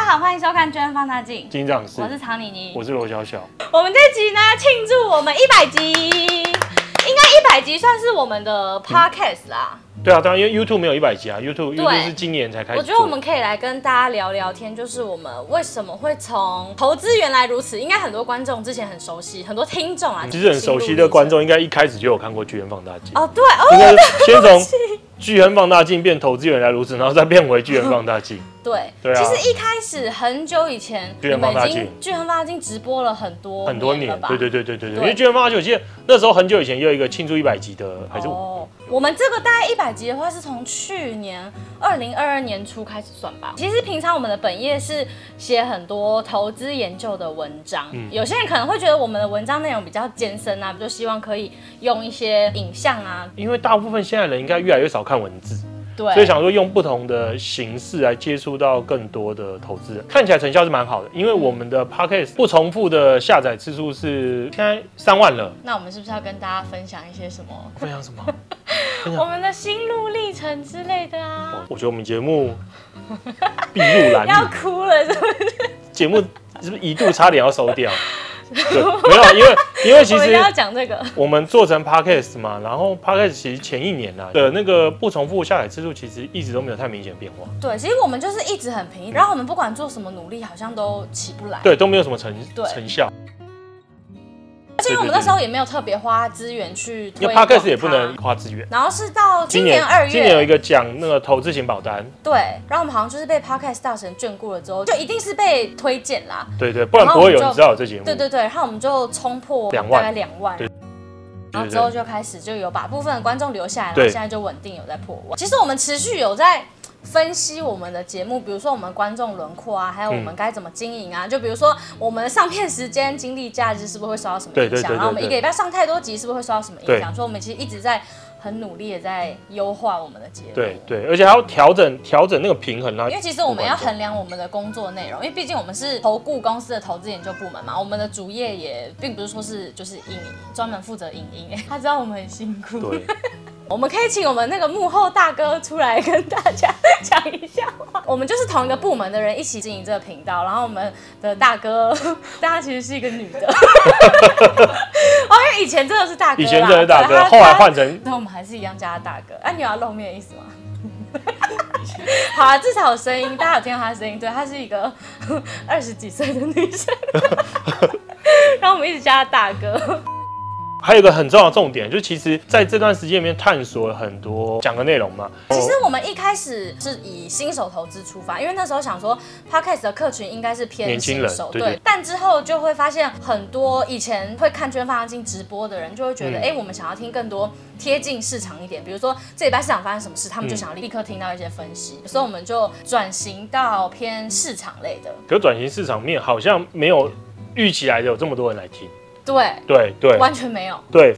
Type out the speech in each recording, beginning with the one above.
好，欢迎收看《捐放大镜》， 金长是， 我是曹妮妮， 我是罗小小。 我们这集呢，庆祝我们100集，应该100集算是我们的 podcast 啦。 对啊，当然因为 YouTube 没有100集啊 ，YouTube 是今年才开始。 我觉得我们可以来跟大家聊聊天，就是我们为什么会从投资原来如此，应该很多观众之前很熟悉，很多听众啊， 其实很熟悉的观众应该一开始就有看过巨人放大镜。 哦，对， 应该先从巨人放大镜变投资原来如此，然后再变回巨人放大镜。 对啊，其实一开始很久以前， 巨人放大镜， 巨人放大镜直播了很多年了吧？ 对，因为巨人放大镜，我记得那时候很久以前也有一个庆祝100集的，还是我们这个大概100集的话，是从去年2022年初开始算吧。其实平常我们的本业是写很多投资研究的文章，有些人可能会觉得我们的文章内容比较艰深啊，就希望可以用一些影像啊。 因为大部分现在人应该越来越少看文字。 对， 所以想说用不同的形式来接触到更多的投资人，看起来成效是蛮好的。因为我们的 Podcast 不重复的下载次数是现在3万了。 那我们是不是要跟大家分享一些什么？ 分享什么？ 我们的心路历程之类的啊。 我觉得我们节目筚路蓝缕， 要哭了是不是？ 节目是不是一度差点要收掉？对，没有，因为其实要讲这个， 我们做成 podcast 嘛，然后 podcast 其实前1年的那个不重复下载次数，其实一直都没有太明显的变化。 对，其实我们就是一直很平，然后我们不管做什么努力，好像都起不来。 对，都没有什么成效。 而且我们那时候也没有特别花资源去推， 因为 podcast 也不能花资源。 然后是到今年2月， 今年有一个讲那个投资型保单， 对，然后我们好像就是被 podcast 大神眷顾了之后，就一定是被推荐啦。 对，不然不会有人知道有这节目。 对，然后我们就冲破大概2万。然后之后就开始就有把部分的观众留下来，然后现在就稳定有在破万。其实我们持续有在分析我们的节目，比如说我们观众轮廓啊，还有我们该怎么经营啊。就比如说我们的上片时间、精力、价值是不是会受到什么影响？然后我们一个礼拜上太多集，是不是会受到什么影响？所以我们其实一直在很努力的在优化我们的节目。对， 而且还要调整那个平衡啊。 因为其实我们要衡量我们的工作内容，因为毕竟我们是投顾公司的投资研究部门嘛，我们的主业也并不是说是就是专门负责影音，他知道我们很辛苦。对。我们可以请我们那个幕后大哥出来跟大家讲一下话。我们就是同一个部门的人一起经营这个频道，然后我们的大哥，但他其实是一个女的。因为以前真的是大哥啦， 以前真的是大哥，后来换成， 那我们还是一样叫他大哥。你有要露面的意思吗？好啊，至少有声音，大家有听到他的声音。对，她是一个20几岁的女生，然后我们一直叫他大哥。 还有一个很重要的重点，就是其实在这段时间里面探索了很多讲的内容嘛。 其实我们一开始是以新手投资出发，因为那时候想说 Podcast 的客群应该是偏新手，对。但之后就会发现很多以前会看捐放大镜直播的人，就会觉得，我们想要听更多贴近市场一点，比如说这礼拜市场发生什么事，他们就想要立刻听到一些分析，所以我们就转型到偏市场类的。 可转型市场面好像没有预期来的有这么多人来听。 对，完全没有。 对，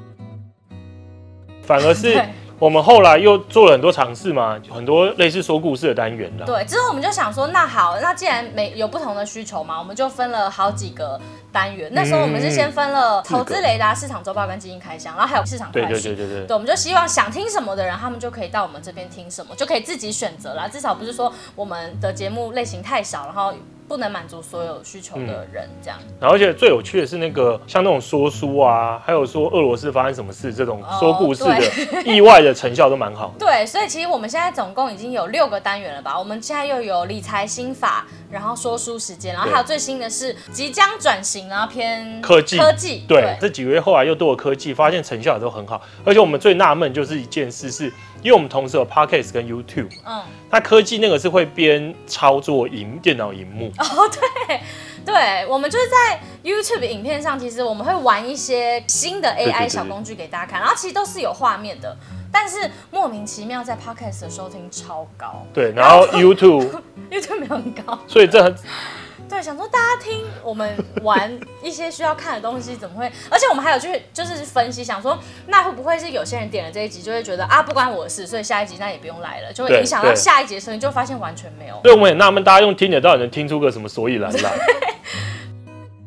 反而是我们后来又做了很多尝试嘛，很多类似说故事的单元啦。 对，之后我们就想说，那好，那既然有不同的需求嘛，我们就分了好几个单元。那时候我们是先分了投资雷达、市场周报跟基金开箱，然后还有市场快讯。对，我们就希望想听什么的人，他们就可以到我们这边听什么，就可以自己选择啦。至少不是说我们的节目类型太少，然后不能满足所有需求的人，这样。 然后而且最有趣的是那个像那种说书啊，还有说俄罗斯发生什么事这种说故事的，意外的成效都蛮好的。 对，所以其实我们现在总共已经有6个单元了吧？我们现在又有理财心法，然后说书时间，然后还有最新的是即将转型，然后偏科技。 对，这几个月后来又多了科技，发现成效也都很好。而且我们最纳闷就是一件事是，因为我们同时有 Podcast 跟 YouTube，它科技那个是会边操作电脑萤幕。 对，我们就是在 YouTube 影片上，其实我们会玩一些新的 AI 小工具给大家看，然后其实都是有画面的，但是莫名其妙在 Podcast 的收听超高。对， 然后 YouTube 没有很高， 所以这很。 对，想说大家听我们玩一些需要看的东西，怎么会？而且我们还有去就是分析，想说那会不会是有些人点了这一集，就会觉得不关我的事，所以下一集那也不用来了，就会影响到下一集的声音，就发现完全没有。 对，我们也纳闷，大家用听的到底能听出个什么所以然来？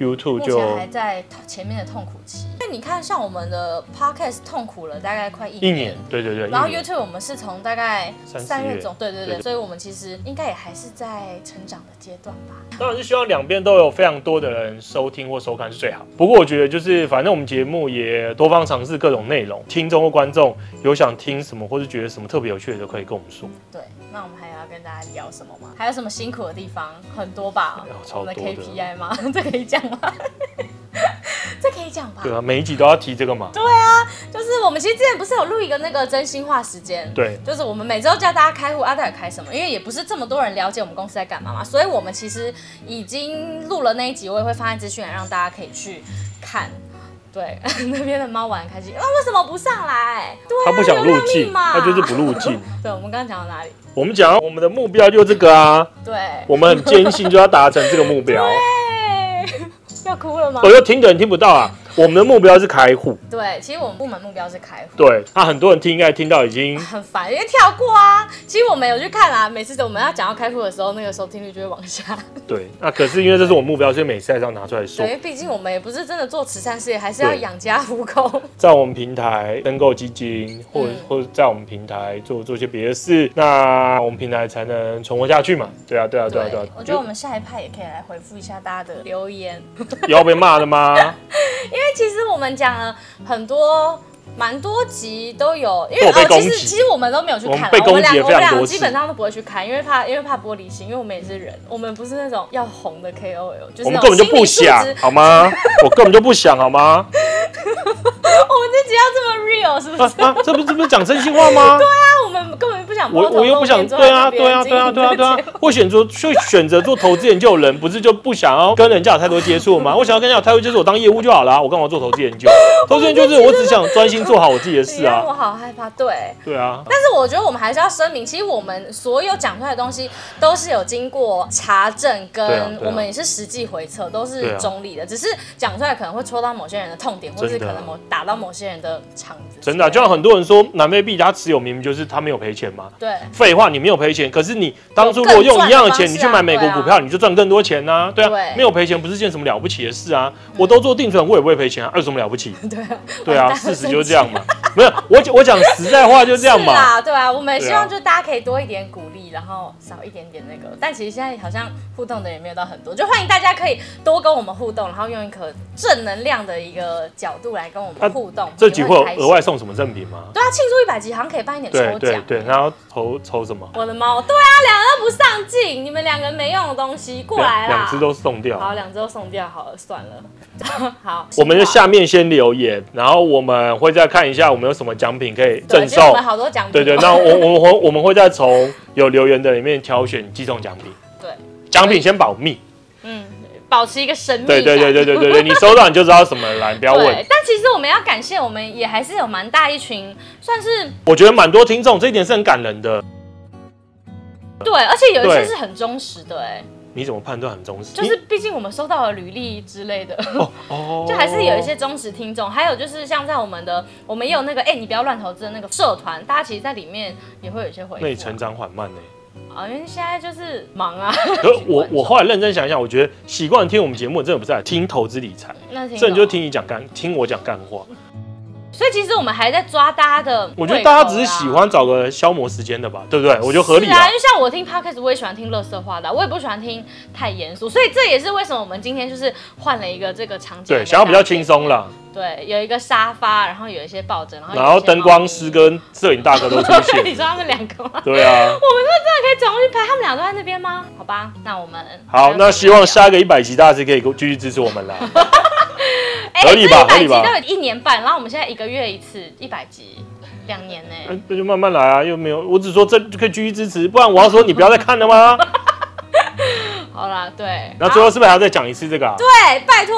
YouTube 就目前还在前面的痛苦期。因为你看，像我们的 Podcast 痛苦了大概快一年， 对对对。 然后 YouTube 我们是从大概3月中，对， 对， 所以我们其实应该也还是在成长的阶段吧。 当然是希望两边都有非常多的人收听或收看是最好。不过我觉得就是反正我们节目也多方尝试各种内容，听众或观众有想听什么或是觉得什么特别有趣的，都可以跟我们说。 对，那我们还要跟大家聊什么吗？还有什么辛苦的地方？很多吧，我们的 KPI 吗？这可以讲吗？这可以讲吧？ 对啊，每一集都要提这个嘛。 对啊，就是我们其实之前不是有录一个那个真心话时间， 对， 就是我们每周叫大家开户，到底开什么？因为也不是这么多人了解我们公司在干嘛嘛，所以我们其实已经录了那一集，我也会放在资讯栏让大家可以去看。对，那边的猫玩很开心，为什么不上来？对啊， 他不想入镜，他就是不入镜。 对，我们刚刚讲到哪里？ 我们讲我们的目标就这个啊。 对， 我们很坚信就要达成这个目标。 对，要哭了吗？ 我就听的人听不到啊。我们的目标是开户。 对，其实我们部门目标是开户。 对，那很多人听应该听到已经很烦，因为跳过啊。其实我们有去看啊，每次我们要讲到开户的时候，那个收听率就会往下。 对，那可是因为这是我目标，所以每次还是要拿出来说。 对，因为毕竟我们也不是真的做慈善事业，还是要养家糊口。 在我们平台登购基金，或者在我们平台做一些别的事，那我们平台才能存活下去嘛。对啊。 我觉得我们下一派也可以来回复一下大家的留言。 要被骂的吗？ 因为其实我们讲了很多。蛮多集都有，因为其实我们都没有去看，我们俩基本上都不会去看，因为怕玻璃心，因为我们也是人，我们不是那种要红的 KOL， 就是我们根本就不想，好吗？我根本就不想，好吗？ 我们这集要这么 real 是不是？ 这不是讲真心话吗？ 对啊，我们根本不想抛头露面， 我又不想，对啊。我选择做投资研究的人，不是就不想要跟人家有太多接触吗？我想要跟人家有太多接触，我当业务就好了，我干嘛做投资研究？投资研究就是我只想专心做好我自己的事啊。 我好害怕，对啊。 但是我觉得我们还是要声明，其实我们所有讲出来的东西都是有经过查证，跟我们也是实际回测，都是中立的。只是讲出来可能会戳到某些人的痛点，或是可能打到某些人的场子。 真的，就像很多人说，南非币他持有明明就是他没有赔钱嘛。对。废话，你没有赔钱，可是你当初如果用一样的钱，你去买美国股票，你就赚更多钱啊。对啊。没有赔钱不是件什么了不起的事啊。我都做定存，我也不会赔钱啊，有什么了不起？对啊，事实就是这样嘛。没有，我讲实在话就这样嘛。 是啊，对啊，我们希望就大家可以多一点鼓励，然后少一点点那个。但其实现在好像互动的也没有到很多，就欢迎大家可以多跟我们互动，然后用一颗正能量的一个角度来跟我们互动。 这集会有额外送什么赠品吗？ 对啊，庆祝100集好像可以办一点抽奖。 对，然后抽什么？ 我的猫。对啊，两个都不上镜，你们两个没用的东西过来啦。 2只都送掉。 好，2只都送掉好了，算了。好， 我们就下面先留言，然后我们会再看一下我们有什么奖品可以赠送。 我们好多奖品。 对，那我们会再从有留言的里面挑选寄送奖品。 对， 奖品先保密。 保持一个神秘感。对，你收到你就知道什么了，你不要问。 但其实我们要感谢，我们也还是有蛮大一群，算是我觉得蛮多听众，这一点是很感人的。 对，而且有一些是很忠实的。 你怎么判断很忠实？ 就是毕竟我们收到了履历之类的，就还是有一些忠实听众。还有就是像在我们也有那个你不要乱投资的那个社团，大家其实在里面也会有一些回复。 那你成长缓慢呢？ 因为现在就是忙啊。 我后来认真想一想，我觉得习惯听我们节目真的不是来听投资理财，这你就听我讲干话。 所以其实我们还在抓大家的， 我觉得大家只是喜欢找个消磨时间的吧，对不对？我觉得合理啊。 因为像我听 podcast， 我也喜欢听垃圾话的，我也不喜欢听太严肃，所以这也是为什么我们今天就是换了一个这个场景， 对，想要比较轻松啦。 对，有一个沙发，然后有一些抱枕， 然后灯光师跟摄影大哥都出现。 你说他们2个吗？ 对啊。我们真的可以转过去拍，他们俩都在那边吗？好吧，那我们好，那希望下一个100集大家是可以继续支持我们啦。合理吧？合理吧？ 都有1年半，然后我们现在1个月一次100集，2年呢？ 那就慢慢来啊，又没有，我只说这就可以继续支持，不然我要说你不要再看了吗？ 好啦，对。 那最后是不是还要再讲一次这个啊？ 对，拜托大家，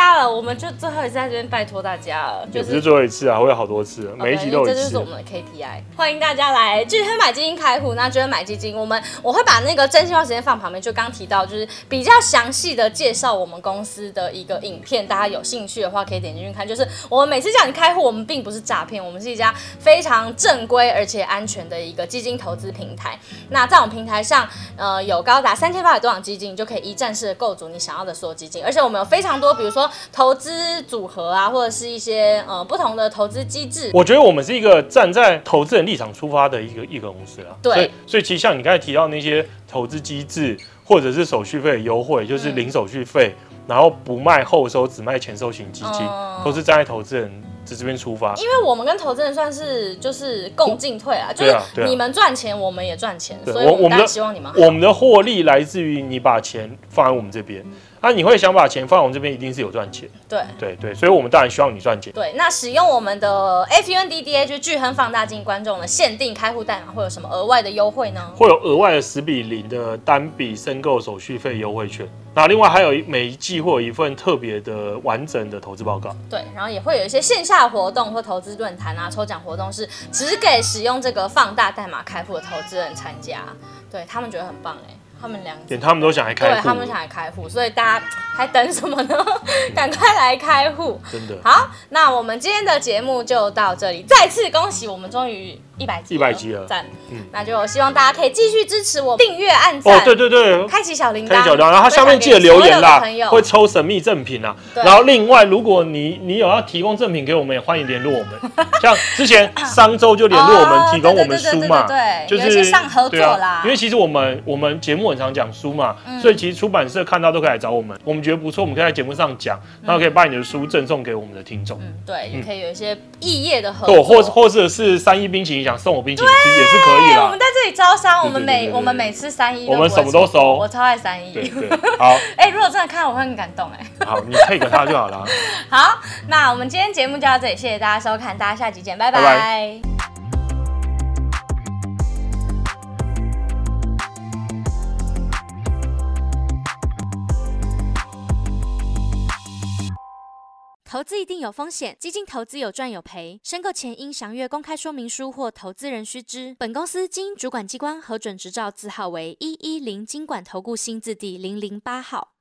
家了，我们就最后一次在这边拜托大家了， 也不是最后一次啊，会有好多次，每一集都有一次。 这就是我们的 KPI， 欢迎大家来钜亨买基金开户。那钜亨买基金，我会把那个真心话时间放旁边，就刚提到就是比较详细的介绍我们公司的一个影片，大家有兴趣的话可以点进去看。就是我们每次叫你开户，我们并不是诈骗，我们是一家非常正规而且安全的一个基金投资平台。那在我们平台上，有高达3800多档基金，你就可以一站式的构筑你想要的所有基金，而且我们有非常多，比如说投资组合啊，或者是一些不同的投资机制。 我觉得我们是一个站在投资人立场出发的一个公司啦。 对， 所以其实像你刚才提到那些投资机制，或者是手续费的优惠，就是零手续费，然后不卖后收，只卖前收型基金，都是站在投资人这边出发。 因为我们跟投资人算是就是共进退啊，就是你们赚钱，我们也赚钱，所以我们当然希望你们好。 我们的获利来自于你把钱放在我们这边。那你会想把钱放在我们这边，一定是有赚钱。对，所以我们当然希望你赚钱。 对，那使用我们的 FUNDDA 就是钜亨放大镜观众的限定开户代码，会有什么额外的优惠呢？ 会有额外的10:0的单笔申购手续费优惠券。那另外还有每一季会有一份特别的完整的投资报告。 对，然后也会有一些线下活动或投资论坛啊、抽奖活动，是只给使用这个放大代码开户的投资人参加。对，他们觉得很棒他们连他们都想来开户， 对，他们想来开户，所以大家还等什么呢？赶快来开户！ 真的好，那我们今天的节目就到这里，再次恭喜我们终于100集了，赞！那就希望大家可以继续支持我，订阅、按赞， 对， 开启小铃铛， 然后它下面记得留言啦，会抽神秘赠品啦。然后另外，如果你有要提供赠品给我们，也欢迎联络我们。像之前商周就联络我们，提供我们书嘛， 对， 就是上合作啦。 因为其实我们节目很常讲书嘛，所以其实出版社看到都可以来找我们，我们觉得不错，我们可以在节目上讲，然后可以把你的书赠送给我们的听众。 对，也可以有一些异业的合作， 或者是3·1冰淇淋想送我冰淇淋吃也是可以啦。 我们在这里招商，我们每次3·1， 我们什么都收， 我超爱3·1。 对，好。 如果真的看，我会很感动好，你配给他就好了。 好，那我们今天节目就到这里，谢谢大家收看，大家下集见，拜拜。投资一定有风险，基金投资有赚有赔，申购前应详阅公开说明书或投资人须知。本公司经主管机关核准执照字号为110金管投顾新字第008号。